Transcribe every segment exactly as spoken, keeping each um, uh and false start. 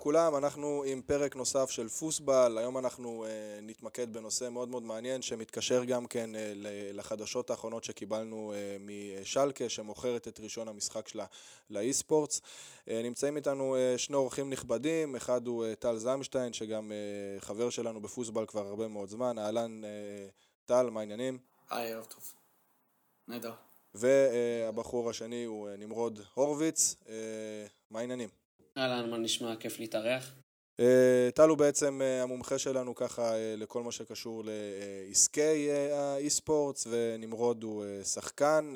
לכולם, אנחנו עם פרק נוסף של פוסבל. היום אנחנו uh, נתמקד בנושא מאוד מאוד מעניין שמתקשר גם כן uh, לחדשות האחרונות שקיבלנו uh, משלקה שמוכרת את ראשון המשחק שלה לאי-ספורטס. Uh, נמצאים איתנו uh, שני אורחים נכבדים, אחד הוא uh, טל זמשטיין שגם uh, חבר שלנו בפוסבל כבר הרבה מאוד זמן. אהלן uh, טל, מה העניינים? היי, ערב טוב. נהדר. והבחור השני הוא uh, נמרוד הורוביץ, uh, מה העניינים? אהלן, מה נשמע? כיף להתארח. טל הוא בעצם המומחה שלנו ככה לכל מה שקשור לעסקי האי-ספורטס, ונמרוד הוא שחקן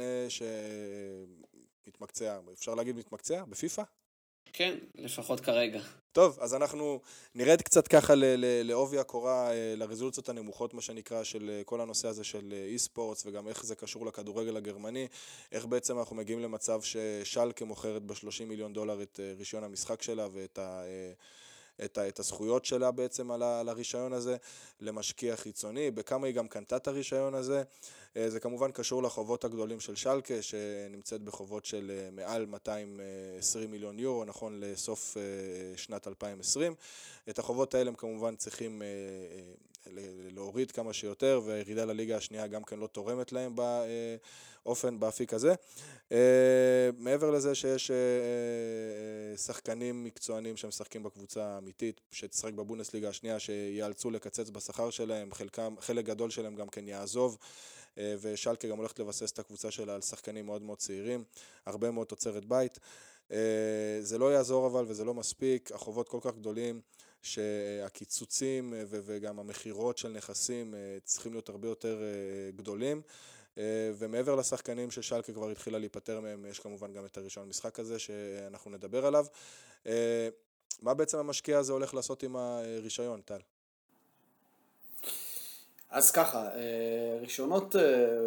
שמתמקצע, אפשר להגיד מתמקצע, בפיפה? כן, לפחות כרגע. טוב, אז אנחנו נרד קצת ככה לעובי הקורה, לרזולוציות הנמוכות מה שנקרא של כל הנושא הזה של אי-ספורטס, וגם איך זה קשור לכדורגל הגרמני, איך בעצם אנחנו מגיעים למצב ששלקה מוכרת ב-שלושים מיליון דולר את רישיון המשחק שלה ואת ה... את, ה, את הזכויות שלה בעצם על, ה, על הרישיון הזה למשקיע חיצוני, בכמה היא גם קנתה את הרישיון הזה. זה כמובן קשור לחובות הגדולים של שלקה, שנמצאת בחובות של מעל מאתיים ועשרים מיליון יורו, נכון לסוף שנת אלפיים ועשרים. את החובות האלה הם כמובן צריכים להוריד כמה שיותר, והירידה לליגה השנייה גם כן לא תורמת להם באופן, באפיק הזה. מעבר לזה שיש שחקנים מקצוענים שמשחקים בקבוצה האמיתית, שתשחק בבונדסליגה השנייה, שיאלצו לקצץ בשכר שלהם, חלקם, חלק גדול שלהם גם כן יעזוב, ושלקה גם הולכת לבסס את הקבוצה שלה על שחקנים מאוד מאוד צעירים, הרבה מאוד תוצרת בית. זה לא יעזור אבל וזה לא מספיק, החובות כל כך גדולים, שהקיצוצים וגם המחירות של נכסים צריכים להיות הרבה יותר גדולים, ומעבר לשחקנים ששלקה כבר התחילה להיפטר מהם, יש כמובן גם את הראשון המשחק הזה שאנחנו נדבר עליו. מה בעצם המשקיע הזה הולך לעשות עם הרישיון, טל? אז ככה, רישיונות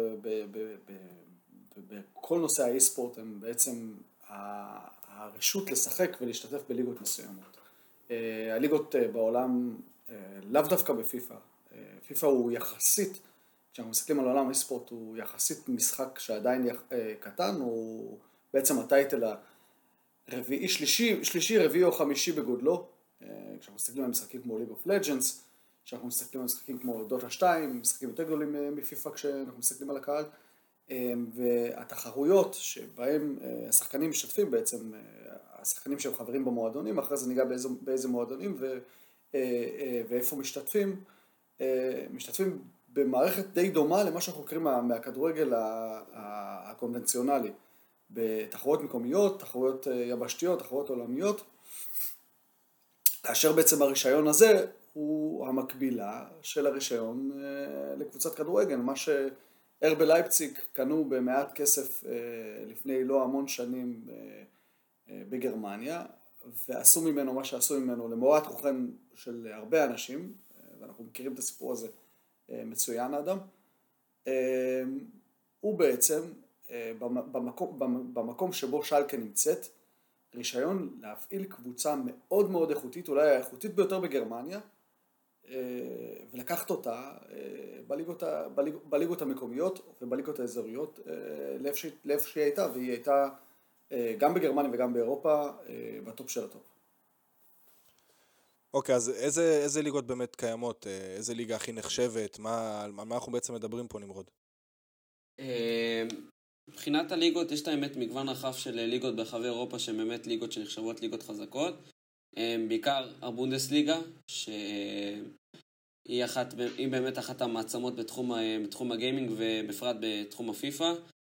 בכל נושא האי-ספורט הם בעצם הרשות לשחק ולהשתתף בליגות מסוימות. הליגות בעולם, לאו דווקא בפיפה, פיפה הוא יחסית, כשאנחנו מסתכלים על עולם האי-ספורט, הוא יחסית משחק שעדיין קטן, הוא בעצם הטייטל הרביעי, שלישי, שלישי, רביעי או חמישי בגודלו, כשאנחנו מסתכלים על משחקים כמו League of Legends, כשאנחנו מסתכלים על משחקים כמו דוטה שתיים, משחקים יותר גדולים מפיפה כשאנחנו מסתכלים על הקהל, והתחרויות שבהם השחקנים משתתפים בעצם, השחקנים שהם חברים במועדונים, אחרי זה ניגע באיזה, באיזה מועדונים ו, ואיפה משתתפים, משתתפים במערכת די דומה למה שאנחנו קוראים מה, מהכדורגל הקונבנציונלי, בתחרויות מקומיות, תחרויות יבשתיות, תחרויות עולמיות, כאשר בעצם הרישיון הזה הוא המקבילה של הרישיון לקבוצת כדורגל, מה שהרבה לייפציג קנו במעט כסף לפני לא המון שנים בגרמניה, ועשו ממנו מה שעשו ממנו למורת רוחם של הרבה אנשים, ואנחנו מכירים את הסיפור הזה מצוין אדם. הוא בעצם במקום, במקום שבו שלקה נמצאת, רישיון להפעיל קבוצה מאוד מאוד איכותית, אולי האיכותית ביותר בגרמניה, ולקחת אותה בליגות, בליגות המקומיות ובליגות האזוריות לאיפה שהיא הייתה, והיא הייתה גם בגרמניה וגם באירופה בטופ של הטופ. אוקיי, אז איזה, איזה ליגות באמת קיימות? איזה ליגה הכי נחשבת? מה, על מה אנחנו בעצם מדברים פה, נמרוד? מבחינת הליגות יש את האמת מגוון רחב של ליגות ברחבי אירופה שהן באמת ליגות שנחשבות ליגות חזקות. בעיקר הבונדסליגה, שהיא אחת, היא באמת אחת המעצמות בתחום, בתחום הגיימינג ובפרט בתחום הפיפה.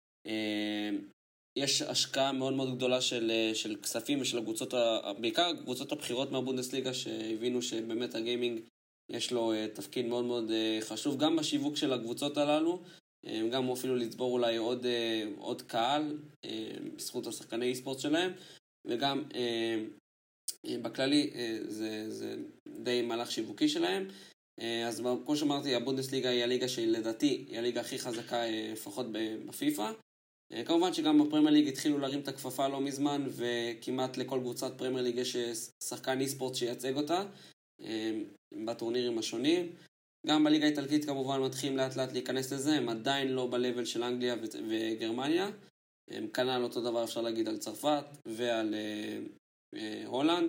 יש השקעה מאוד מאוד גדולה של, של כספים ושל הקבוצות, בעיקר הקבוצות הבחירות מהבונדסליגה, שהבינו שבאמת הגיימינג יש לו תפקיד מאוד מאוד חשוב, גם בשיווק של הקבוצות הללו, גם אפילו לצבור אולי עוד, עוד קהל, בזכות השחקני אי-ספורט שלהם, וגם בכללי זה, זה די מהלך שיווקי שלהם. אז כמו שאמרתי, הבונדסליגה היא הליגה שלדעתי היא הליגה הכי חזקה לפחות בפיפה. כמובן שגם בפרמייר ליג התחילו להרים את הכפפה לא מזמן, וכמעט לכל קבוצת פרמייר ליג יש שחקן אי-ספורט שייצג אותה בטורנירים השונים. גם בליגה האיטלקית כמובן מתחילים לאט לאט להיכנס לזה, הם עדיין לא בלבל של אנגליה וגרמניה. כנ"ל אותו דבר אפשר להגיד על צרפת ועל הולנד.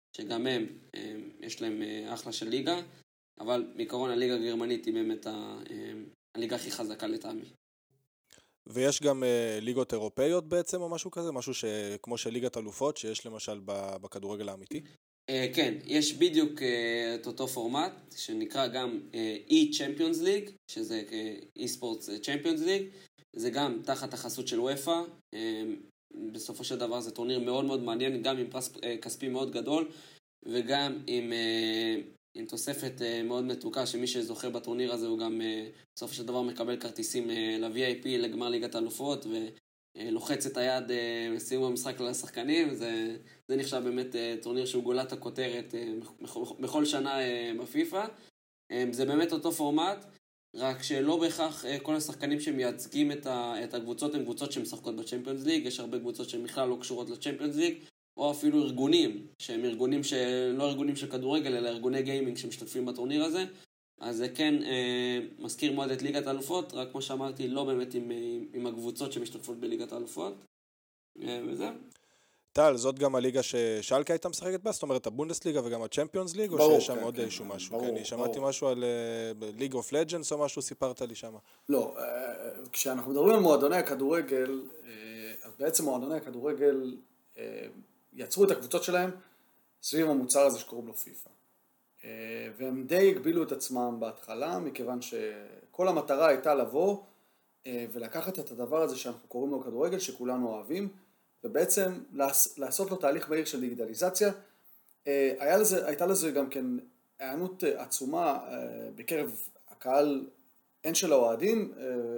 שגם הם, יש להם אחלה של ליגה, אבל בעיקרון הליגה הגרמנית היא באמת הליגה הכי חזקה לטעמי. ויש גם uh, ליגות אירופאיות בעצם או משהו כזה? משהו שכמו של ליגת אלופות שיש למשל בכדורגל האמיתי? Uh, כן, יש בדיוק uh, את אותו פורמט שנקרא גם uh, E-Champions League, שזה uh, E-Sports Champions League, זה גם תחת החסות של וופא, uh, בסופו של דבר זה טורניר מאוד מאוד מעניין, גם עם פרס uh, כספי מאוד גדול, וגם עם, uh, עם תוספת uh, מאוד מתוקה, שמי שזוכה בטורניר הזה הוא גם uh, בסופו של דבר מקבל כרטיסים uh, ל-וי איי פי לגמר ליגת האלופות, ולוחץ את היד uh, בסיום המשחק לשחקנים, זה, זה נחשב באמת uh, טורניר שהוא גולת הכותרת uh, בכל שנה uh, בפיפה. Uh, זה באמת אותו פורמט, רק שלא בהכרח uh, כל השחקנים שמייצגים את, ה, את הקבוצות הם קבוצות שמשחקות בצ'מפיונס ליג, יש הרבה קבוצות שהן בכלל לא קשורות לצ'מפיונס ליג, או אפילו ארגונים, שהם ארגונים שלא ארגונים של כדורגל, אלא ארגוני גיימינג שמשתתפים בטורניר הזה. אז זה כן אה, מזכיר מאוד את ליגת האלופות, רק כמו שאמרתי, לא באמת עם, עם, עם הקבוצות שמשתתפות בליגת האלופות. אה, וזה. טל, זאת גם הליגה ששלקה הייתה משחקת בה? זאת אומרת, הבונדסליגה וגם הצ'מפיונס ליג, ברור, או שיש שם כן, עוד כן, איזשהו משהו? ברור, כן, אני שמעתי ברור. משהו על ליג אוף לג'נדס או משהו, סיפרת לי שם. לא, כשאנחנו מדברים על מועדוני הכדורגל, אז בעצם מועדוני הכדורגל יצרו את הקבוצות שלהם סביב המוצר הזה שקוראים לו פיפה. והם די הגבילו את עצמם בהתחלה, מכיוון שכל המטרה הייתה לבוא ולקחת את הדבר הזה שאנחנו קוראים לו כדורגל, שכולנו אוהבים, ובעצם לעשות לו תהליך מהיר של דיגיטליזציה. היה לזה, הייתה לזה גם כן הענות עצומה בקרב הקהל, הן של האוהדים,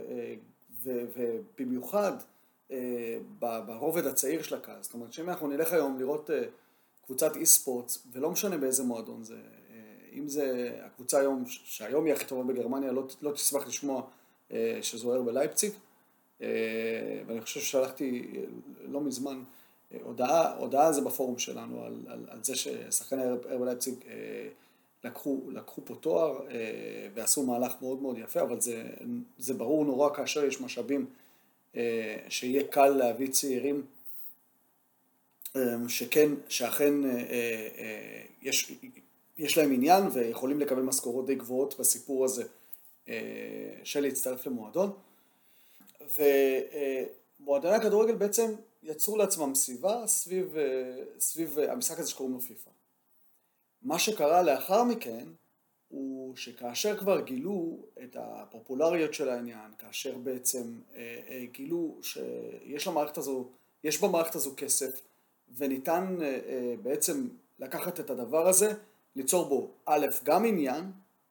ובמיוחד ברובד הצעיר של הקהל. זאת אומרת, שאם אנחנו נלך היום לראות קבוצת אי-ספורטס, ולא משנה באיזה מועדון זה, אם זה הקבוצה היום, שהיום היא הכי טובה בגרמניה, לא, לא תשמח לשמוע שזו הרבה לייפציג, ואני חושב ששלחתי לא מזמן הודעה, הודעה על זה בפורום שלנו, על, על, על זה ששחקני הרבה לייפציג לקחו, לקחו פה תואר ועשו מהלך מאוד מאוד יפה, אבל זה, זה ברור נורא כאשר יש משאבים שיהיה קל להביא צעירים שכן, שאכן יש, יש להם עניין ויכולים לקבל משכורות די גבוהות בסיפור הזה של להצטרף למועדון. ומועדוני הכדורגל בעצם יצרו לעצמם סביבה סביב, סביב המשחק הזה שקוראים לו פיפה. מה שקרה לאחר מכן הוא שכאשר כבר גילו את הפופולריות של העניין, כאשר בעצם גילו שיש למערכת הזו, יש במערכת הזו כסף, וניתן בעצם לקחת את הדבר הזה, ליצור בו א', גם עניין,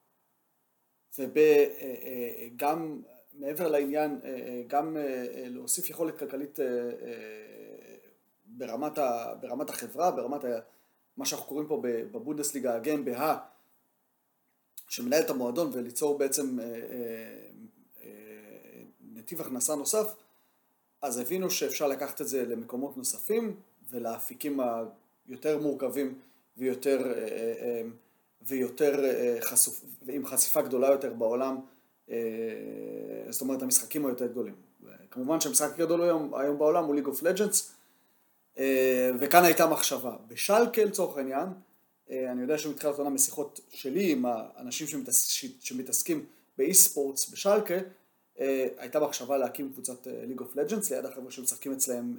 וגם מעבר לעניין, גם להוסיף יכולת כלכלית ברמת, ה, ברמת החברה, ברמת ה, מה שאנחנו קוראים פה בבונדסליגה הגמב"ה, שמנהל את המועדון וליצור בעצם נתיב הכנסה נוסף, אז הבינו שאפשר לקחת את זה למקומות נוספים ולאפיקים היותר מורכבים ויותר, ויותר חשוף, ועם חשיפה גדולה יותר בעולם, זאת אומרת המשחקים היותר גדולים. כמובן שהמשחק הגדול היום, היום בעולם הוא ליג אוף לג'נדס, וכאן הייתה מחשבה. בשלקה לצורך העניין, אני יודע שמתחילת עונה משיחות שלי עם האנשים שמתעסקים באי-ספורטס בשלקה, הייתה מחשבה להקים קבוצת ליג אוף לג'נדס ליד החבר'ה שמשחקים אצלהם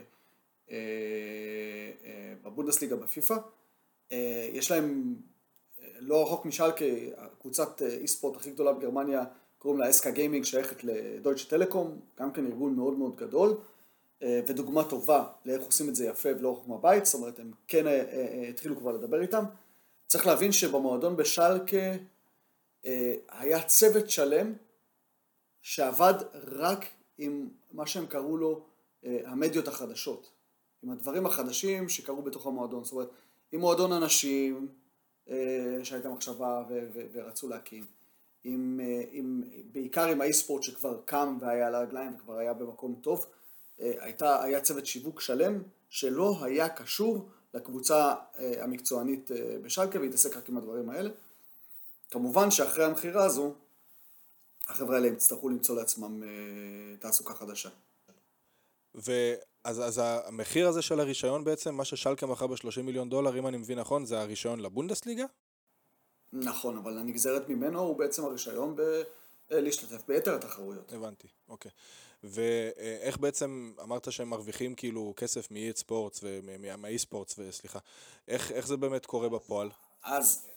בבונדסליגה בפיפה. יש להם לא רחוק משלקה, קבוצת אי-ספורט הכי גדולה בגרמניה, קוראים לה אסקה גיימינג, שייכת לדויטשה טלקום, גם כן ארגון מאוד מאוד גדול, ודוגמה טובה לאיך עושים את זה יפה ולא רחוק מהבית, זאת אומרת הם כן התחילו כבר לדבר איתם. צריך להבין שבמועדון בשלקה היה צוות שלם שעבד רק עם מה שהם קראו לו המדיות החדשות, עם הדברים החדשים שקרו בתוך המועדון, זאת אומרת עם מועדון אנשים שהייתה מחשבה ו- ו- ורצו להקים, עם, עם, בעיקר עם האי-ספורט שכבר קם והיה על הרגליים וכבר היה במקום טוב, הייתה, היה צוות שיווק שלם שלא היה קשור לקבוצה המקצוענית בשלקה והתעסק רק עם הדברים האלה. כמובן שאחרי המחירה הזו, החבר'ה האלה יצטרכו למצוא לעצמם תעסוקה חדשה. אז, אז המחיר הזה של הרישיון בעצם, מה ששלקה מכר ב-שלושים מיליון דולר, אם אני מבין נכון, זה הרישיון לבונדסליגה? נכון, אבל הנגזרת ממנו הוא בעצם הרישיון ב... להשתתף ביתר התחרויות. הבנתי, אוקיי. ואיך בעצם, אמרת שהם מרוויחים כאילו כסף מ-e ספורטס ומ-e ספורטס, וסליחה, איך, איך זה באמת קורה בפועל? אז,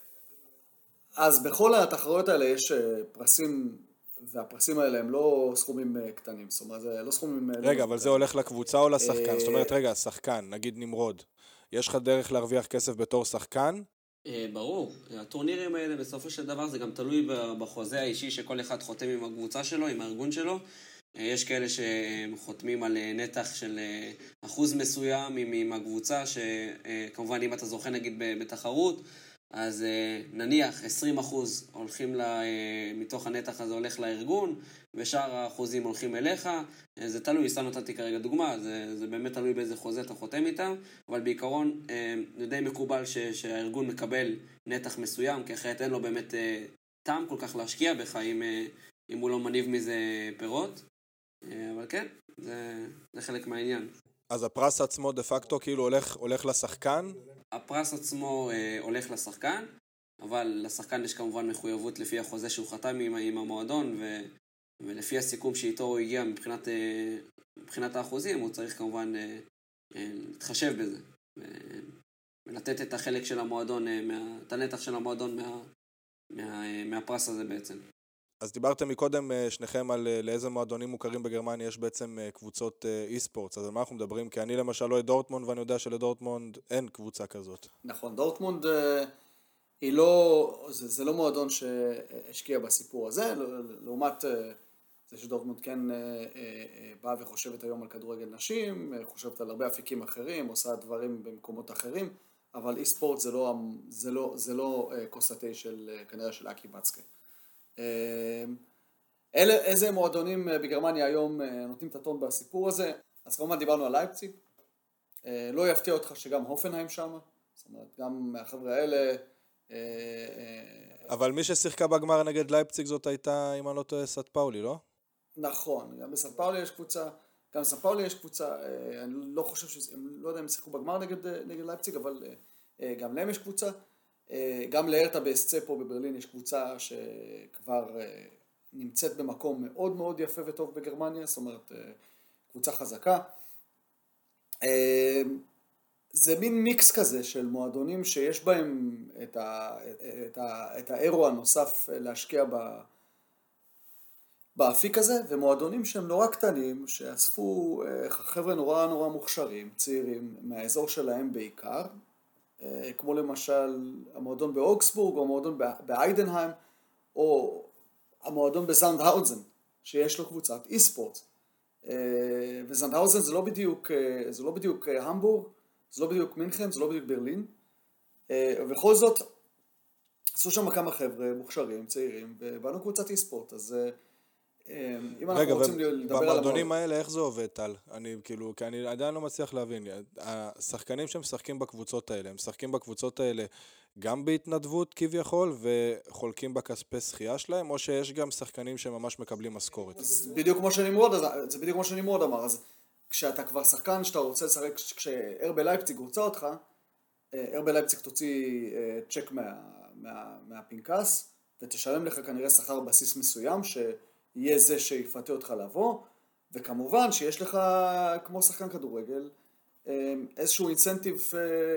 אז בכל התחרויות האלה יש פרסים, והפרסים האלה הם לא סכומים קטנים, זאת אומרת, זה לא סכומים... רגע, אבל זה הולך לקבוצה או לשחקן? זאת אומרת, רגע, שחקן, נגיד נמרוד, יש לך דרך להרוויח כסף בתור שחקן? ברור, הטורנירים האלה בסופו של דבר זה גם תלוי בחוזה האישי שכל אחד חותם עם הקבוצה שלו, עם הארגון שלו. יש כאלה שחותמים על נתח של אחוז מסוים עם הקבוצה, שכמובן אם אתה זוכה נגיד בתחרות, אז נניח עשרים אחוז הולכים לה, מתוך הנתח הזה הולך לארגון, ושאר האחוזים הולכים אליך. זה תלוי, סתם נתתי כרגע דוגמה, זה, זה באמת תלוי באיזה חוזה אתה חותם איתם, אבל בעיקרון זה די מקובל ש, שהארגון מקבל נתח מסוים, כי אחרת אין לו באמת טעם כל כך להשקיע בך אם, אם הוא לא מניב מזה פירות. אבל כן, זה, זה חלק מהעניין. אז הפרס עצמו דה פקטו כאילו הולך, הולך לשחקן? הפרס עצמו אה, הולך לשחקן, אבל לשחקן יש כמובן מחויבות לפי החוזה שהוא חתם עם, עם המועדון, ו, ולפי הסיכום שאיתו הוא הגיע מבחינת, אה, מבחינת האחוזים, הוא צריך כמובן אה, אה, להתחשב בזה, ו, ולתת את החלק של המועדון, אה, מה, את הנתח של המועדון מה, מה, אה, מהפרס הזה בעצם. אז דיברתם מקודם שניכם על לאיזה מועדונים מוכרים בגרמניה יש בעצם קבוצות אי-ספורטס, אז על מה אנחנו מדברים? כי אני למשל לא את דורטמונד, ואני יודע שלדורטמונד אין קבוצה כזאת. נכון, דורטמונד היא לא, זה, זה לא מועדון שהשקיע בסיפור הזה, לעומת זה שדורטמונד כן באה וחושבת היום על כדורגל נשים, חושבת על הרבה אפיקים אחרים, עושה דברים במקומות אחרים, אבל אי-ספורט זה לא, זה לא, זה לא קוסטי של, כנראה של אקי בצקה. אלה, איזה מועדונים בגרמניה היום נותנים את הטון בסיפור הזה? אז כמובן דיברנו על לייפציג, לא יפתיע אותך שגם הופנהיים שם, זאת אומרת גם מהחבר'ה האלה. אבל מי ששיחקה בגמר נגד לייפציג זאת הייתה, אם אני לא טועה, סט פאולי, לא? נכון, גם בסט פאולי יש קבוצה, גם בסט פאולי יש קבוצה, אני לא חושב שהם, לא יודע אם שיחקו בגמר נגד, נגד לייפציג, אבל גם להם יש קבוצה. גם להרטה באסצה פה בברלין יש קבוצה שכבר נמצאת במקום מאוד מאוד יפה וטוב בגרמניה, זאת אומרת קבוצה חזקה. זה מין מיקס כזה של מועדונים שיש בהם את, ה, את, ה, את האירו הנוסף להשקיע ב, באפיק הזה, ומועדונים שהם נורא קטנים, שאספו חבר'ה נורא נורא מוכשרים, צעירים מהאזור שלהם בעיקר, כמו למשל המועדון באוגסבורג, או המועדון באיידנהיים, או המועדון בזנדהאוזן, שיש לו קבוצת אי-ספורט. וזנדהאוזן זה לא בדיוק, זה לא בדיוק המבורג, זה לא בדיוק מינכן, זה לא בדיוק ברלין. ובכל זאת, עשו שם כמה חבר'ה מוכשרים, צעירים, ובאנו קבוצת אי-ספורט, אז אם אנחנו רוצים לדבר על... רגע, ובמועדונים האלה איך זה עובד, טל? אני כאילו, כי אני עדיין לא מצליח להבין. השחקנים שמשחקים בקבוצות האלה, הם משחקים בקבוצות האלה גם בהתנדבות כביכול, וחולקים בכספי שחייה שלהם, או שיש גם שחקנים שממש מקבלים משכורת? זה בדיוק כמו שנמרוד, זה בדיוק כמו שנמרוד אמר, אז כשאתה כבר שחקן שאתה רוצה לשחק, כשהרבה לייפציג רוצה אותך, הרבה לייפציג תוציא צ'ק מה, מה, מהפנקס, ותשלם לך כנראה שכר בסיס מסוים, שיהיה זה שיפתה אותך לבוא, וכמובן שיש לך, כמו שחקן כדורגל, איזשהו אינסנטיב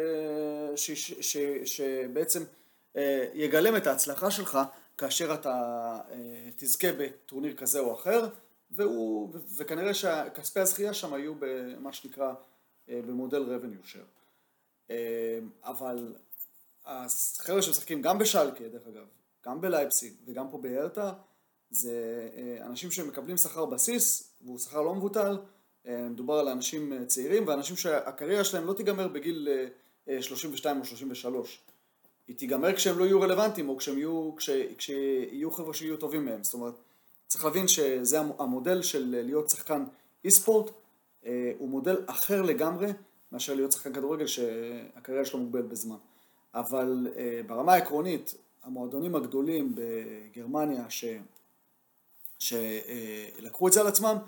שבעצם יגלם את ההצלחה שלך, כאשר אתה תזכה בטורניר כזה או אחר, והוא, וכנראה שכספי הזכייה שם היו במה שנקרא במודל revenue share. אבל החבר'ה שמשחקים גם בשלקה, דרך אגב, גם בלייפציג וגם פה בהרטה, זה אנשים שמקבלים שכר בסיס, והוא שכר לא מבוטל, מדובר על אנשים צעירים, ואנשים שהקריירה שלהם לא תיגמר בגיל שלושים ושתיים או שלושים ושלוש. היא תיגמר כשהם לא יהיו רלוונטיים, או כשהם יהיו, כש, כשיהיו חבר'ה שיהיו טובים מהם. זאת אומרת, צריך להבין שזה המודל של להיות שחקן אי-ספורט, הוא מודל אחר לגמרי, מאשר להיות שחקן כדורגל שהקריירה שלו מוגבלת בזמן. אבל ברמה העקרונית, המועדונים הגדולים בגרמניה ש... שלקחו את זה על עצמם,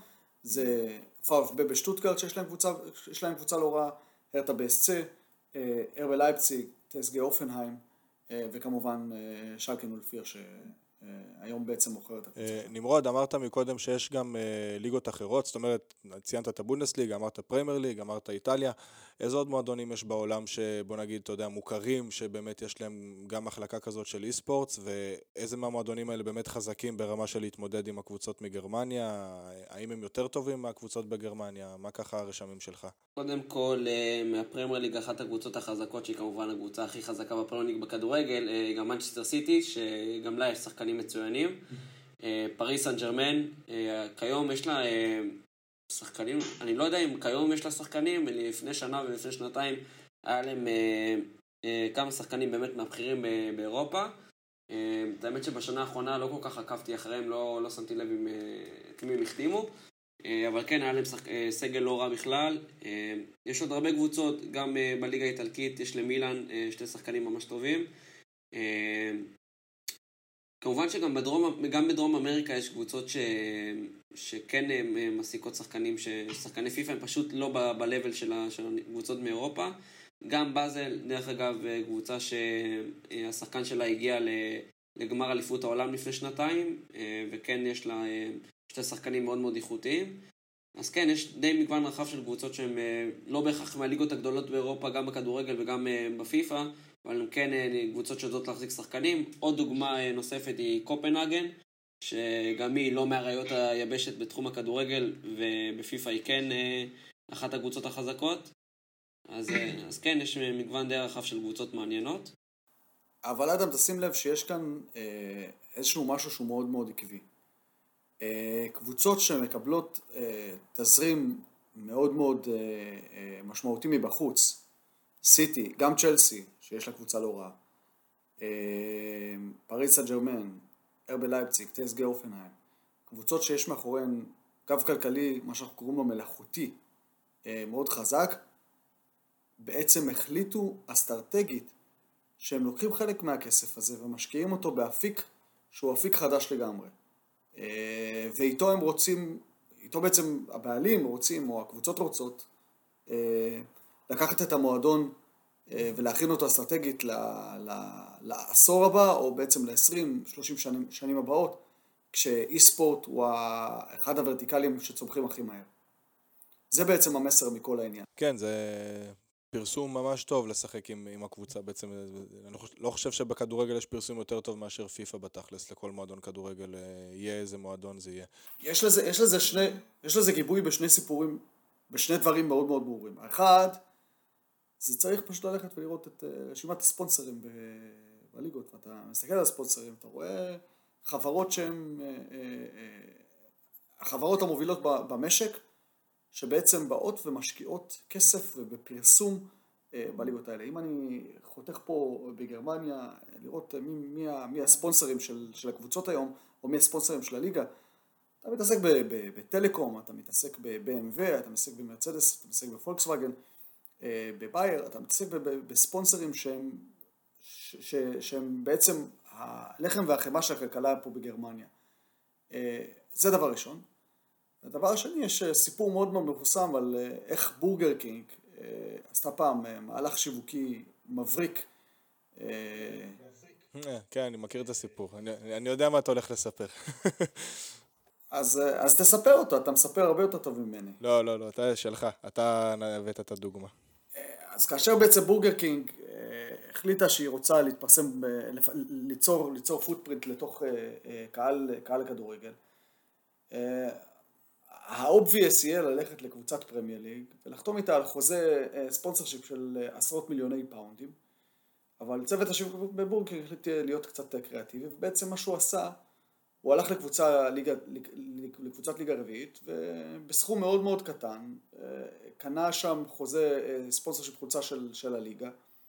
זה פארפבה בשטוטגרט שיש להם קבוצה, יש להם קבוצה לא רעה, הרטה ב-אס-צי, אר בי לייפציג, טסגי אופנהיים, וכמובן שלקה נולפיר שהיום בעצם מוכר את הקבוצה. נמרוד, אמרת מקודם שיש גם ליגות אחרות, זאת אומרת, ציינת את הבונדסליגה, אמרת פרמייר ליג, אמרת איטליה, איזה עוד מועדונים יש בעולם שבוא נגיד, אתה יודע, מוכרים, שבאמת יש להם גם מחלקה כזאת של אי-ספורטס, ואיזה מהמועדונים האלה באמת חזקים ברמה של להתמודד עם הקבוצות מגרמניה, האם הם יותר טובים מהקבוצות בגרמניה, מה ככה הרשמים שלך? קודם כל, מהפרמייר ליג, אחת הקבוצות החזקות, שהיא כמובן הקבוצה הכי חזקה בפרמייר ליג בכדורגל, גם מנצ'סטר סיטי, שגם לה יש שחקנים מצוינים. פריס סן ז'רמן, כיום יש לה שחקנים, אני לא יודע אם כיום יש לה שחקנים, לפני שנה ולפני שנתיים היה להם כמה שחקנים באמת מהבכירים באירופה. את האמת שבשנה האחרונה לא כל כך עקבתי אחריהם, לא, לא שמתי לב עם מי הם החתימו. אבל כן, היה להם סגל לא רע בכלל. יש עוד הרבה קבוצות, גם בליגה האיטלקית, יש למילאן שתי שחקנים ממש טובים. כמובן שגם בדרום, גם בדרום אמריקה יש קבוצות ש, שכן מסיקות שחקנים, ששחקני פיפה הם פשוט לא ב-level של הקבוצות מאירופה. גם באזל, דרך אגב, קבוצה שהשחקן שלה הגיע לגמר אליפות העולם לפני שנתיים, וכן יש לה שתי שחקנים מאוד מאוד איכותיים. אז כן, יש די מגוון רחב של קבוצות שהן לא בהכרח מהליגות הגדולות באירופה, גם בכדורגל וגם בפיפה, אבל הן כן קבוצות שיודעות להחזיק שחקנים. עוד דוגמה נוספת היא קופנהגן, שגם היא לא מהראיות היבשת בתחום הכדורגל, ובפיפה היא כן אחת הקבוצות החזקות. אז, אז כן, יש מגוון די רחב של קבוצות מעניינות. אבל אדם, תשים לב שיש כאן איזשהו משהו שהוא מאוד מאוד עקבי. קבוצות שמקבלות תזרים מאוד מאוד משמעותי מבחוץ, סיטי, גם צ'לסי, שיש לה קבוצה לא רעה, פריס סן ז'רמן, אר בי לייפציג, טסגי אופנהיים, קבוצות שיש מאחוריהן גב כלכלי, מה שאנחנו קוראים לו מלאכותי, מאוד חזק, בעצם החליטו אסטרטגית שהם לוקחים חלק מהכסף הזה ומשקיעים אותו באפיק שהוא אפיק חדש לגמרי. ואיתו הם רוצים, איתו בעצם הבעלים רוצים, או הקבוצות רוצות, לקחת את המועדון ולהכין אותו אסטרטגית לעשור הבא, או בעצם ל-עשרים שלושים שנים, שנים הבאות, כשאי ספורט הוא אחד הוורטיקלים שצומחים הכי מהר. זה בעצם המסר מכל העניין. כן, זה פרסום ממש טוב לשחק עם, עם הקבוצה בעצם. אני לא חושב שבכדורגל יש פרסום יותר טוב מאשר פיפה בתכלס. לכל מועדון כדורגל יהיה איזה מועדון זה יהיה. יש לזה, יש לזה שני, יש לזה גיבוי בשני סיפורים, בשני דברים מאוד מאוד ברורים. האחד, זה צריך פשוט ללכת ולראות את רשימת הספונסרים בליגות. ואתה מסתכל על הספונסרים, אתה רואה חברות שהן, החברות המובילות במשק, שבעצם באות ומשקיעות כסף ובפרסום בליגות האלה. אם אני חותך פה בגרמניה, לראות מי, מי, מי הספונסרים של, של הקבוצות היום, או מי הספונסרים של הליגה, אתה מתעסק בטלקום, אתה מתעסק ב-בי אם דאבליו, אתה מתעסק במרצדס, אתה מתעסק בפולקסווגן, בבייר, אתה מתעסק בספונסרים שהם, ש, ש, שהם בעצם הלחם והחמה של הכלכלה פה בגרמניה. זה דבר ראשון. הדבר השני, יש סיפור מאוד מאוד מפורסם על איך בורגר קינג עשתה פעם מהלך שיווקי מבריק. כן, אני מכיר את הסיפור. אני, אני יודע מה אתה הולך לספר. אז, אז תספר אותו, אתה מספר הרבה יותר טוב ממני. לא, לא, לא, אתה שלך, אתה הבאת את הדוגמה. אז כאשר בעצם בורגר קינג החליטה שהיא רוצה להתפרסם, ליצור, ליצור פוטפרינט לתוך קהל, קהל הכדורגל, האובוויאס יהיה ללכת לקבוצת פרמייר ליג ולחתום איתה על חוזה ספונסרשיפ של עשרות מיליוני פאונדים, אבל צוות השיווק בבורגר החליט להיות קצת קריאטיבי, ובעצם מה שהוא עשה, הוא הלך לקבוצה, ליגה, לקבוצת ליגה רביעית, ובסכום מאוד מאוד קטן, קנה שם חוזה ספונסרשיפ חולצה של, של הליגה,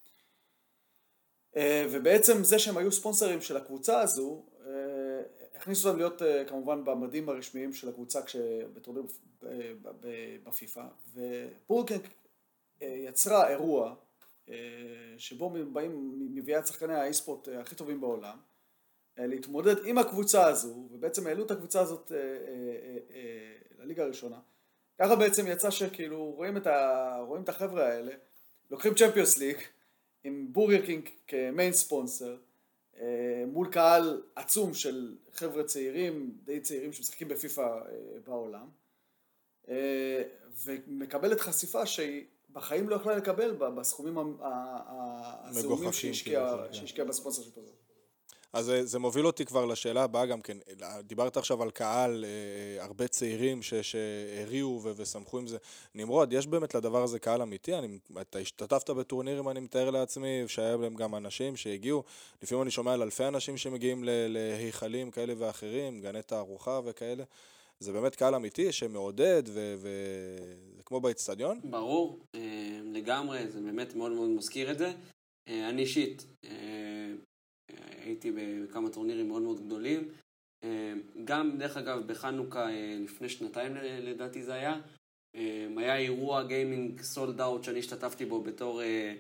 ובעצם זה שהם היו ספונסרים של הקבוצה הזו, הכניסו אותם להיות כמובן במדים הרשמיים של הקבוצה כשבטורניר בפיפה, ובורגר יצרה אירוע שבו באים מביאה את שחקני האי-ספורט הכי טובים בעולם, להתמודד עם הקבוצה הזו, ובעצם העלו את הקבוצה הזאת לליגה הראשונה. ככה בעצם יצא שכאילו רואים את, ה... רואים את החבר'ה האלה, לוקחים צ'מפיונס ליג עם בורגר קינג כמיין ספונסר, מול קהל עצום של חבר'ה צעירים, די צעירים שמשחקים בפיפה בעולם, ומקבלת חשיפה שהיא בחיים לא יכולה לקבל בסכומים הזעומים שהשקיע בספונסר שיפ הזה. אז זה, זה מוביל אותי כבר לשאלה הבאה גם כן, דיברת עכשיו על קהל, אה, הרבה צעירים שהריעו ו- ושמחו עם זה. נמרוד, יש באמת לדבר הזה קהל אמיתי? אני, אתה השתתפת בטורנירים, אני מתאר לעצמי, שהיה להם גם אנשים שהגיעו, לפעמים אני שומע על אלפי אנשים שמגיעים ל- להיכלים כאלה ואחרים, גני תערוכה וכאלה. זה באמת קהל אמיתי שמעודד ו- ו- זה כמו באצטדיון? ברור, לגמרי, זה באמת מאוד מאוד מזכיר את זה. אני אישית, הייתי בכמה טורנירים מאוד מאוד גדולים, גם דרך אגב בחנוכה לפני שנתיים לדעתי זה היה, היה אירוע גיימינג סולד אאוט שאני השתתפתי בו בתור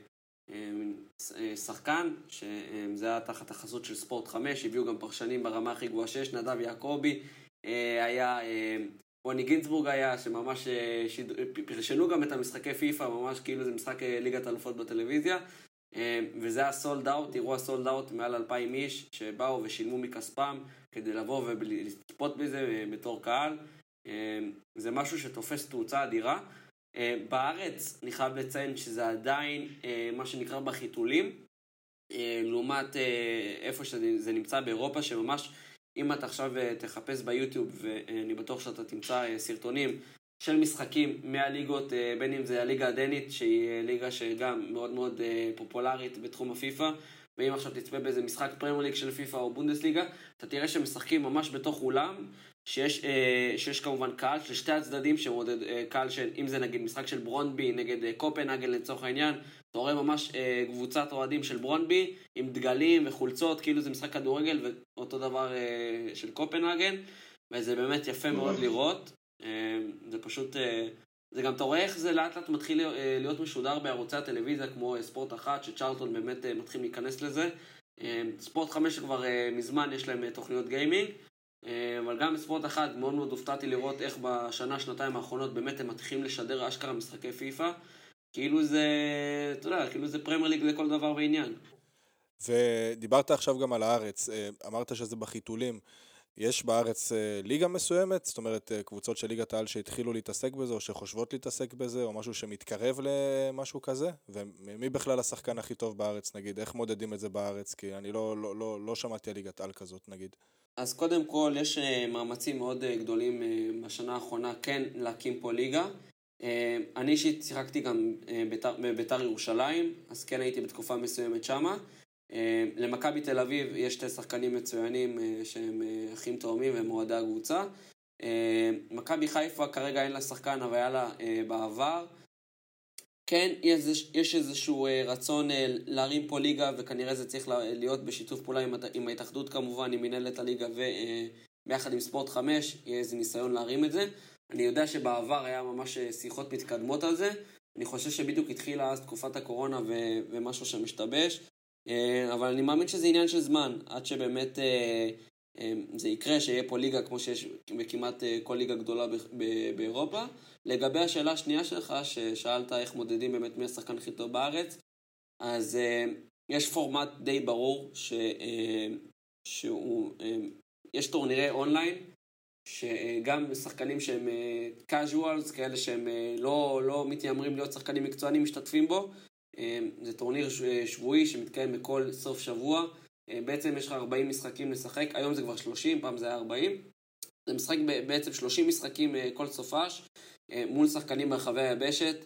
שחקן, שזה היה תחת החסות של ספורט חמש, הביאו גם פרשנים ברמה הכי גבוהה שש, נדב יעקובי, היה רוני גינצבורג היה, שממש פרשנו גם את המשחקי פיפה, ממש כאילו זה משחק ליגת אלופות בטלוויזיה, וזה היה סולד אאוט, אירוע סולד אאוט מעל אלפיים איש שבאו ושילמו מכספם כדי לבוא ולצפות בזה בתור קהל. זה משהו שתופס תאוצה אדירה. בארץ אני חייב לציין שזה עדיין מה שנקרא בחיתולים, לעומת איפה שזה נמצא באירופה, שממש אם אתה עכשיו תחפש ביוטיוב, ואני בטוח שאתה תמצא סרטונים של משחקים מהליגות, בין אם זה הליגה הדנית, שהיא ליגה שגם מאוד מאוד פופולרית בתחום הפיפה, ואם עכשיו תצפה באיזה משחק פרמייר ליג של פיפה או בונדסליגה, אתה תראה שהם משחקים ממש בתוך אולם, שיש, שיש כמובן קהל של שתי הצדדים, שמודד קהל של, אם זה נגיד משחק של ברונבי נגד קופנהגן לצורך העניין, אתה רואה ממש קבוצת אוהדים של ברונבי, עם דגלים וחולצות, כאילו זה משחק כדורגל, ואותו דבר של קופנהגן, וזה באמת יפה מאוד לראות. זה פשוט, זה גם אתה רואה איך זה לאט לאט מתחיל להיות משודר בערוצי הטלוויזיה כמו ספורט אחת, שצ'ארלטון באמת מתחיל להיכנס לזה. ספורט חמש כבר מזמן יש להם תוכניות גיימינג, אבל גם בספורט אחת מאוד מאוד הופתעתי לראות איך בשנה, שנתיים האחרונות באמת הם מתחילים לשדר אשכרה משחקי פיפה, כאילו זה, אתה יודע, כאילו זה פרמייר ליג לכל דבר ועניין. ודיברת עכשיו גם על הארץ, אמרת שזה בחיתולים. יש בארץ ליגה מסוימת, זאת אומרת קבוצות של ליגת העל שהתחילו להתעסק בזה או שחושבות להתעסק בזה או משהו שמתקרב למשהו כזה? ומי בכלל השחקן הכי טוב בארץ נגיד? איך מודדים את זה בארץ? כי אני לא, לא, לא, לא שמעתי על ליגת העל כזאת נגיד. אז קודם כל יש מאמצים מאוד גדולים בשנה האחרונה כן להקים פה ליגה. אני אישית שיחקתי גם בביתר ירושלים, אז כן הייתי בתקופה מסוימת שמה. למכבי תל אביב יש שתי שחקנים מצוינים שהם אחים תאומים והם מועדי הקבוצה. מכבי חיפה כרגע אין לה שחקן, אבל היה לה בעבר. כן, יש, יש איזשהו רצון להרים פה ליגה, וכנראה זה צריך להיות בשיתוף פעולה עם, עם ההתאחדות כמובן, עם מנהלת הליגה וביחד עם ספורט חמש, יהיה איזה ניסיון להרים את זה. אני יודע שבעבר היה ממש שיחות מתקדמות על זה. אני חושב שבדיוק התחילה אז תקופת הקורונה ו- ומשהו שמשתבש. אבל אני מאמין שזה עניין של זמן, עד שבאמת זה יקרה, שיהיה פה ליגה כמו שיש בכמעט כל ליגה גדולה באירופה. לגבי השאלה השנייה שלך, ששאלת איך מודדים באמת מי השחקן הכי טוב בארץ, אז יש פורמט די ברור, ש... שהוא... יש טורנירי אונליין, שגם שחקנים שהם casuals, כאלה שהם לא, לא מתיימרים להיות שחקנים מקצוענים, משתתפים בו. זה טורניר שבועי שמתקיים בכל סוף שבוע. בעצם יש לך ארבעים משחקים לשחק, היום זה כבר שלושים, פעם זה היה ארבעים. זה משחק בעצם שלושים משחקים כל סופש, מול שחקנים ברחבי היבשת.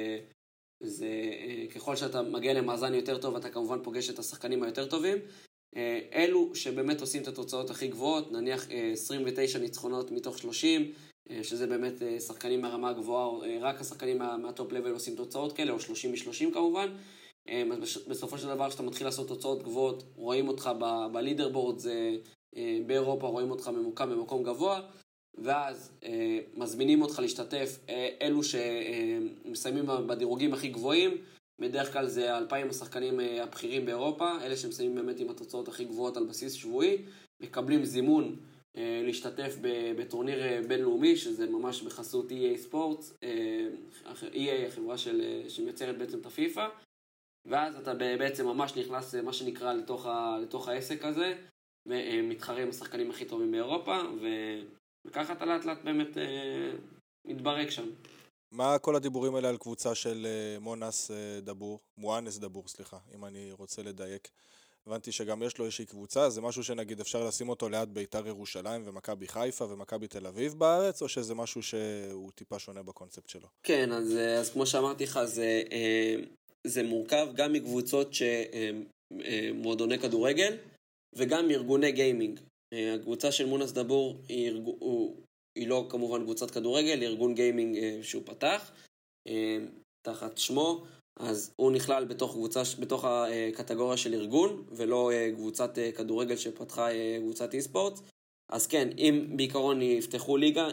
זה, ככל שאתה מגיע למאזן יותר טוב, אתה כמובן פוגש את השחקנים היותר טובים. אלו שבאמת עושים את התוצאות הכי גבוהות, נניח עשרים ותשע ניצחונות מתוך שלושים, שזה באמת שחקנים מהרמה הגבוהה, רק השחקנים מהטופ לבל עושים תוצאות כאלה, או שלושים משלושים כמובן. בסופו של דבר, כשאתה מתחיל לעשות תוצאות גבוהות, רואים אותך בלידרבורד, זה באירופה, רואים אותך ממוקם במקום גבוה, ואז מזמינים אותך להשתתף אלו שמסיימים בדירוגים הכי גבוהים, בדרך כלל זה אלפיים השחקנים הבכירים באירופה, אלה שמסיימים באמת עם התוצאות הכי גבוהות על בסיס שבועי, מקבלים זימון להשתתף בטורניר בינלאומי, שזה ממש בחסות אי איי Sports, אי איי החברה של, שמייצרת בעצם את הפיפה, ואז אתה בעצם ממש נכנס מה שנקרא לתוך, ה, לתוך העסק הזה, ומתחרה עם השחקנים הכי טובים באירופה, וככה אתה לאט לאט באמת מתברק שם. מה כל הדיבורים האלה על קבוצה של מונס דבור, מואנס דבור, סליחה, אם אני רוצה לדייק? הבנתי שגם יש לו איזושהי קבוצה, זה משהו שנגיד אפשר לשים אותו ליד ביתר ירושלים ומכבי חיפה ומכבי תל אביב בארץ, או שזה משהו שהוא טיפה שונה בקונספט שלו? כן, אז, אז כמו שאמרתי לך, זה, זה מורכב גם מקבוצות שמועדוני כדורגל וגם ארגוני גיימינג. הקבוצה של מונס דבור היא, הוא, היא לא כמובן קבוצת כדורגל, היא ארגון גיימינג שהוא פתח תחת שמו, אז הוא נכלל בתוך קבוצה, בתוך הקטגוריה של ארגון, ולא קבוצת כדורגל שפתחה קבוצת אי-ספורט. אז כן, אם בעיקרון יפתחו ליגה,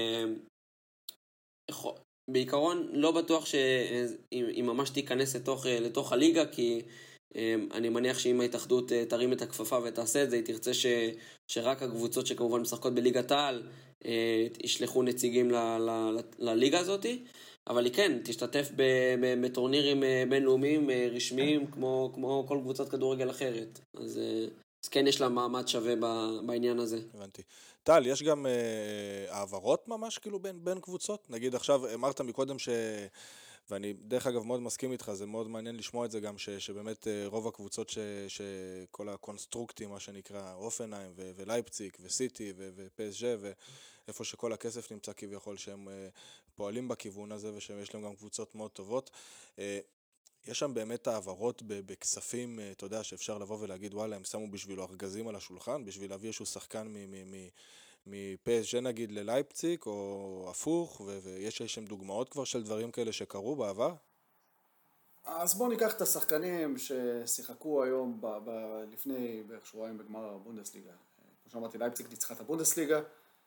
בעיקרון לא בטוח שהיא ממש תיכנס לתוך, לתוך הליגה, כי אני מניח שאם ההתאחדות תרים את הכפפה ותעשה את זה, היא תרצה ש, שרק הקבוצות שכמובן משחקות בליגת העל, ישלחו נציגים ל, ל, לליגה הזאת. אבל היא כן, תשתתף בטורנירים בינלאומיים רשמיים, כמו, כמו כל קבוצת כדורגל אחרת. אז, אז כן, יש לה מעמד שווה בעניין הזה. הבנתי. טל, יש גם אה, העברות ממש כאילו בין, בין קבוצות? נגיד עכשיו, אמרת מקודם ש... ואני דרך אגב מאוד מסכים איתך, זה מאוד מעניין לשמוע את זה גם, ש, שבאמת רוב הקבוצות ש, שכל הקונסטרוקטים, מה שנקרא, אופנהיים ו- ולייפציג וסיטי ו- ופי אס ג'י ואיפה שכל הכסף נמצא כביכול שהם פועלים בכיוון הזה ושיש להם גם קבוצות מאוד טובות. יש שם באמת העברות בכספים, אתה יודע, שאפשר לבוא ולהגיד, וואלה, הם שמו בשבילו ארגזים על השולחן, בשביל להביא איזשהו שחקן מפי אס ג'י נגיד ללייפציג, או הפוך, ויש שם דוגמאות כבר של דברים כאלה שקרו בעבר? אז בואו ניקח את השחקנים ששיחקו היום, ב- ב- לפני בערך שבועיים בגמר הבונדסליגה. כמו שאמרתי, לייפציג ניצחה את הבונדסליגה.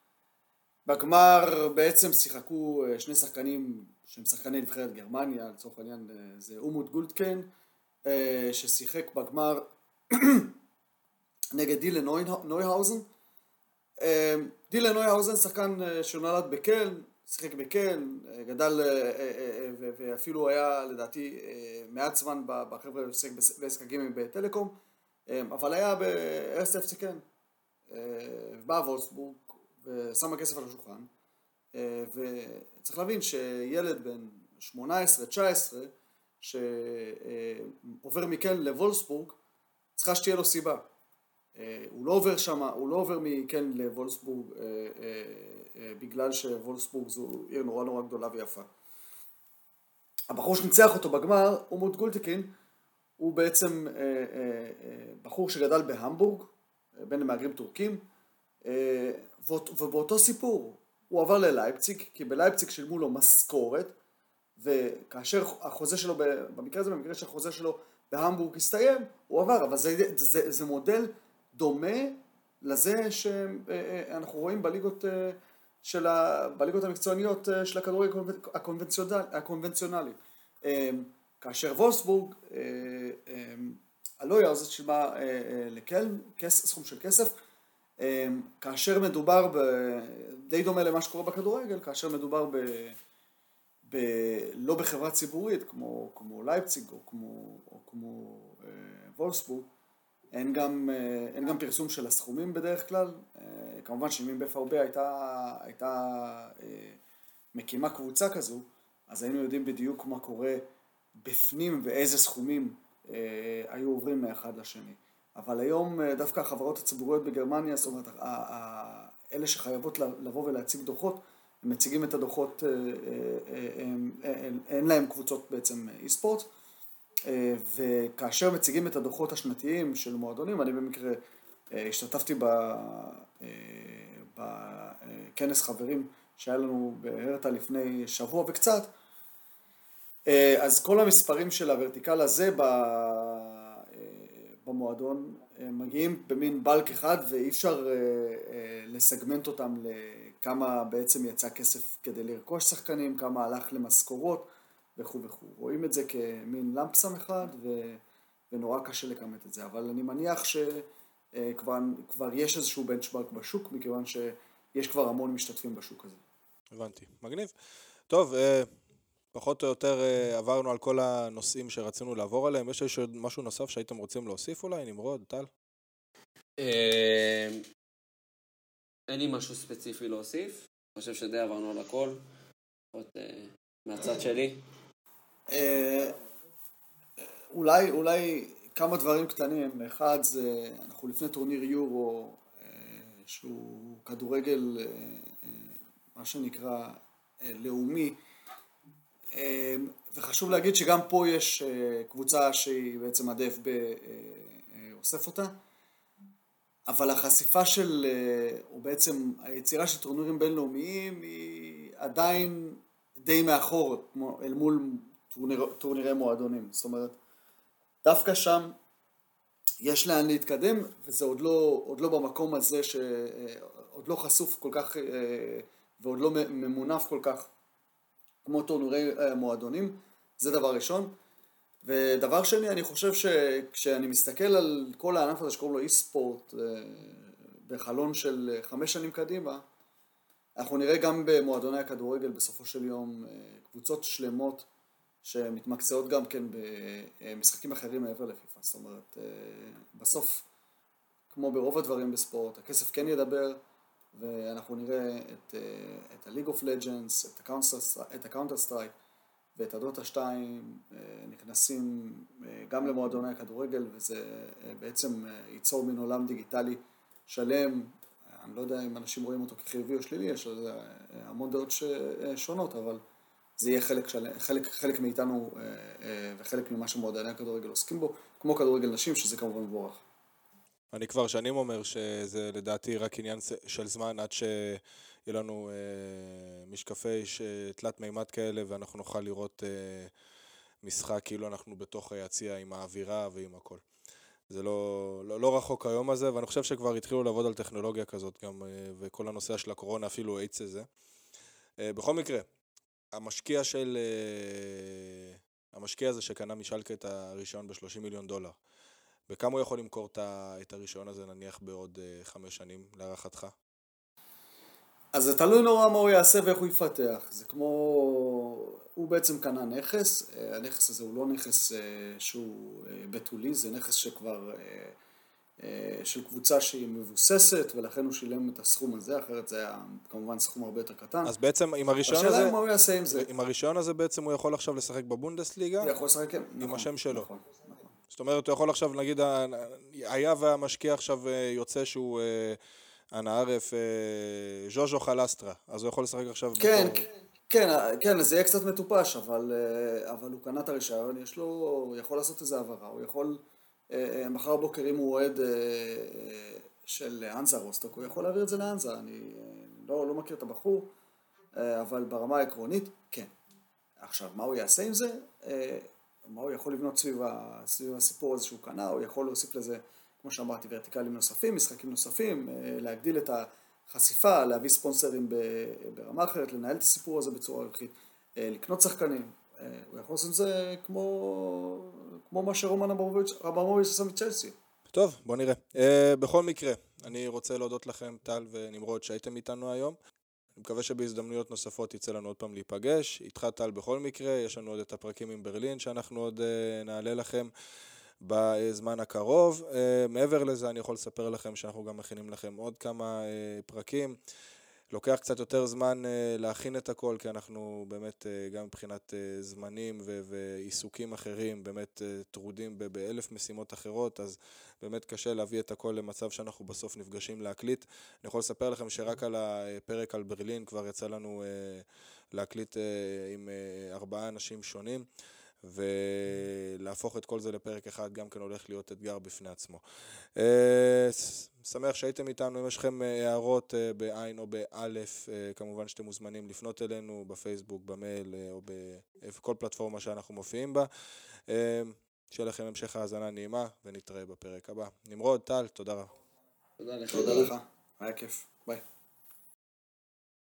בגמר בעצם שיחקו שני שחקנים שהם שחקני נבחרת גרמניה, לצורך העניין זה אומות גולדקן, ששיחק בגמר נגד דילן נויהאוזן. דילן נויהאוזן שחקן שנולד בקלן, שיחק בקלן, גדל ואפילו היה לדעתי מעט זמן בחבר'ה ועסק הגימים בטלקום, אבל היה ב-אס אף סי קלן, ובא וולסבורג ושם הכסף על השולחן, וצריך להבין שילד בן שמונה עשרה תשע עשרה שעובר מכן לוולסבורג, צריכה שתהיה לו סיבה. הוא לא עובר שם, הוא לא עובר מכן לוולסבורג בגלל שוולסבורג זו עיר נורא נורא גדולה ויפה. הבחור שניצח אותו בגמר, אומות גולדקין, הוא בעצם בחור שגדל בהמבורג, בין המהגרים טורקים, ובאותו סיפור הוא עבר ללייפציג, כי בלייפציג שילמו לו משכורת, וכאשר החוזה שלו, במקרה הזה, במקרה שהחוזה שלו בהמבורג הסתיים, הוא עבר, אבל זה, זה, זה מודל דומה לזה שאנחנו רואים בליגות, של ה, בליגות המקצועניות של הכדורגל הקונבנציונלי. כאשר וולסבורג, הלויה הזאת שילמה לקלן, סכום של כסף, כאשר מדובר, ב, די דומה למה שקורה בכדורגל, כאשר מדובר ב, ב, לא בחברה ציבורית כמו, כמו לייפציג או כמו, או כמו אה, וולסבורג, אין גם, אה, אין גם פרסום של הסכומים בדרך כלל. אה, כמובן שאם ב-אף אר בי הייתה, הייתה אה, מקימה קבוצה כזו, אז היינו יודעים בדיוק מה קורה בפנים ואיזה סכומים אה, היו עוברים מאחד לשני. אבל היום דווקא החברות הציבוריות בגרמניה, זאת אומרת, אלה שחייבות לבוא ולהציג דוחות, הם מציגים את הדוחות, אין להם קבוצות בעצם אי-ספורט, וכאשר מציגים את הדוחות השנתיים של מועדונים, אני במקרה השתתפתי בכנס חברים שהיה לנו בהרטה לפני שבוע וקצת, אז כל המספרים של הוורטיקל הזה במועדון מגיעים במין בלק אחד, ואי אפשר לסגמנט אותם לכמה בעצם יצא כסף כדי לרכוש שחקנים, כמה הלך למשכורות וכו' וכו'. רואים את זה כמין למפסם אחד, ו, ונורא קשה לכמת את זה, אבל אני מניח שכבר כבר יש איזשהו בנצ'מרק בשוק, מכיוון שיש כבר המון משתתפים בשוק הזה. הבנתי, מגניב. טוב, פחות או יותר עברנו על כל הנושאים שרצינו לעבור עליהם. יש משהו נוסף שהייתם רוצים להוסיף אולי, נמרוד, טל? אין לי משהו ספציפי להוסיף. אני חושב שדי עברנו על הכל. מהצד שלי. אולי, אולי כמה דברים קטנים. אחד זה, אנחנו לפני טורניר יורו, שהוא כדורגל, מה שנקרא, לאומי. וחשוב להגיד שגם פה יש קבוצה שהיא בעצם הדף באוסף אותה. אבל החשיפה של, או בעצם היצירה של טורנירים בינלאומיים, היא עדיין די מאחור, כמו אל מול טורניר, טורנירי מועדונים. זאת אומרת, דווקא שם יש לאן להתקדם, וזה עוד לא, עוד לא במקום הזה שעוד לא חשוף כל כך, ועוד לא ממונף כל כך, כמו טורנירי מועדונים. זה דבר ראשון. ודבר שני, אני חושב שכשאני מסתכל על כל הענף הזה שקוראים לו אי-ספורט, בחלון של חמש שנים קדימה, אנחנו נראה גם במועדוני הכדורגל בסופו של יום קבוצות שלמות שמתמקצעות גם כן במשחקים אחרים מעבר לפיפ"א. זאת אומרת, בסוף, כמו ברוב הדברים בספורט, הכסף כן ידבר, ואנחנו נראה את, את ה-League of Legends, את ה-Counter-Strike, ואת הדוטה שתיים נכנסים גם למועדוני הכדורגל, וזה בעצם ייצור מן עולם דיגיטלי שלם. אני לא יודע אם אנשים רואים אותו כחיובי או שלילי, יש המון דעות שונות, אבל זה יהיה חלק, חלק, חלק מאיתנו וחלק ממה שמועדוני הכדורגל עוסקים בו, כמו כדורגל נשים, שזה כמובן מבורך. אני כבר שנים אומר שזה לדעתי רק עניין של זמן עד שיהיה לנו אה, משקפי תלת מימד כאלה, ואנחנו נוכל לראות אה, משחק כאילו אנחנו בתוך היציע עם האווירה ועם הכל. זה לא, לא, לא רחוק היום הזה, ואני חושב שכבר התחילו לעבוד על טכנולוגיה כזאת גם, אה, וכל הנושא של הקורונה אפילו האיץ את זה. אה, בכל מקרה, המשקיע של, אה, המשקיע הזה שקנה משלקה את הרישיון ב-שלושים מיליון דולר, בכמה הוא יכול למכור את הרישיון הזה נניח בעוד חמש שנים להערכתך? אז זה תלוי נורא מה הוא יעשה ואיך הוא יפתח. זה כמו, הוא בעצם קנה נכס, הנכס הזה הוא לא נכס שהוא בתולי, זה נכס שכבר, של קבוצה שהיא מבוססת, ולכן הוא שילם את הסכום הזה, אחרת זה היה כמובן סכום הרבה יותר קטן. אז בעצם עם הרישיון הזה, השאלה מה הוא יעשה עם זה. עם הרישיון הזה בעצם הוא יכול עכשיו לשחק בבונדסליגה? הוא יכול לשחק, כן. עם השם שלו. נכון, נכון. זאת אומרת, הוא יכול עכשיו, נגיד, היה והמשקיע עכשיו יוצא שהוא הנערף ז'וז'ו חלסטרה, אז הוא יכול לשחק עכשיו... כן, כן, כן, זה יהיה קצת מטופש, אבל, אבל הוא קנה את הרישיון, יש לו, הוא יכול לעשות איזה עברה, הוא יכול, מחר בוקר אם הוא אוהד של אנזה רוסטוק, הוא יכול להעביר את זה לאנזה, אני לא, לא מכיר את הבחור, אבל ברמה העקרונית, כן. עכשיו, מה הוא יעשה עם זה? מה הוא יכול לבנות סביב, סביב הסיפור הזה שהוא קנה, הוא יכול להוסיף לזה, כמו שאמרתי, ורטיקלים נוספים, משחקים נוספים, להגדיל את החשיפה, להביא ספונסרים ברמה אחרת, לנהל את הסיפור הזה בצורה רווחית, לקנות שחקנים. הוא יכול לעשות עם זה כמו, כמו מה שרומן אברמוביץ' עשה מצ'לסי. טוב, בוא נראה. בכל מקרה, אני רוצה להודות לכם, טל ונמרוד, שהייתם איתנו היום. אני מקווה שבהזדמנויות נוספות יצא לנו עוד פעם להיפגש. איתך טל בכל מקרה, יש לנו עוד את הפרקים עם ברלין שאנחנו עוד uh, נעלה לכם בזמן הקרוב. Uh, מעבר לזה אני יכול לספר לכם שאנחנו גם מכינים לכם עוד כמה uh, פרקים. לוקח קצת יותר זמן uh, להכין את הכל, כי אנחנו באמת uh, גם מבחינת uh, זמנים ו- ועיסוקים אחרים, באמת uh, טרודים ב- באלף משימות אחרות, אז באמת קשה להביא את הכל למצב שאנחנו בסוף נפגשים להקליט. אני יכול לספר לכם שרק על הפרק על ברלין כבר יצא לנו uh, להקליט uh, עם uh, ארבעה אנשים שונים, ולהפוך את כל זה לפרק אחד גם כן הולך להיות אתגר בפני עצמו. שמח שהייתם איתנו, אם יש לכם הערות בעין או באלף, כמובן שאתם מוזמנים לפנות אלינו בפייסבוק, במייל או בכל פלטפורמה שאנחנו מופיעים בה. שיהיה לכם המשך האזנה נעימה ונתראה בפרק הבא. נמרוד, טל, תודה רבה. תודה לך. תודה לך, היה כיף, ביי.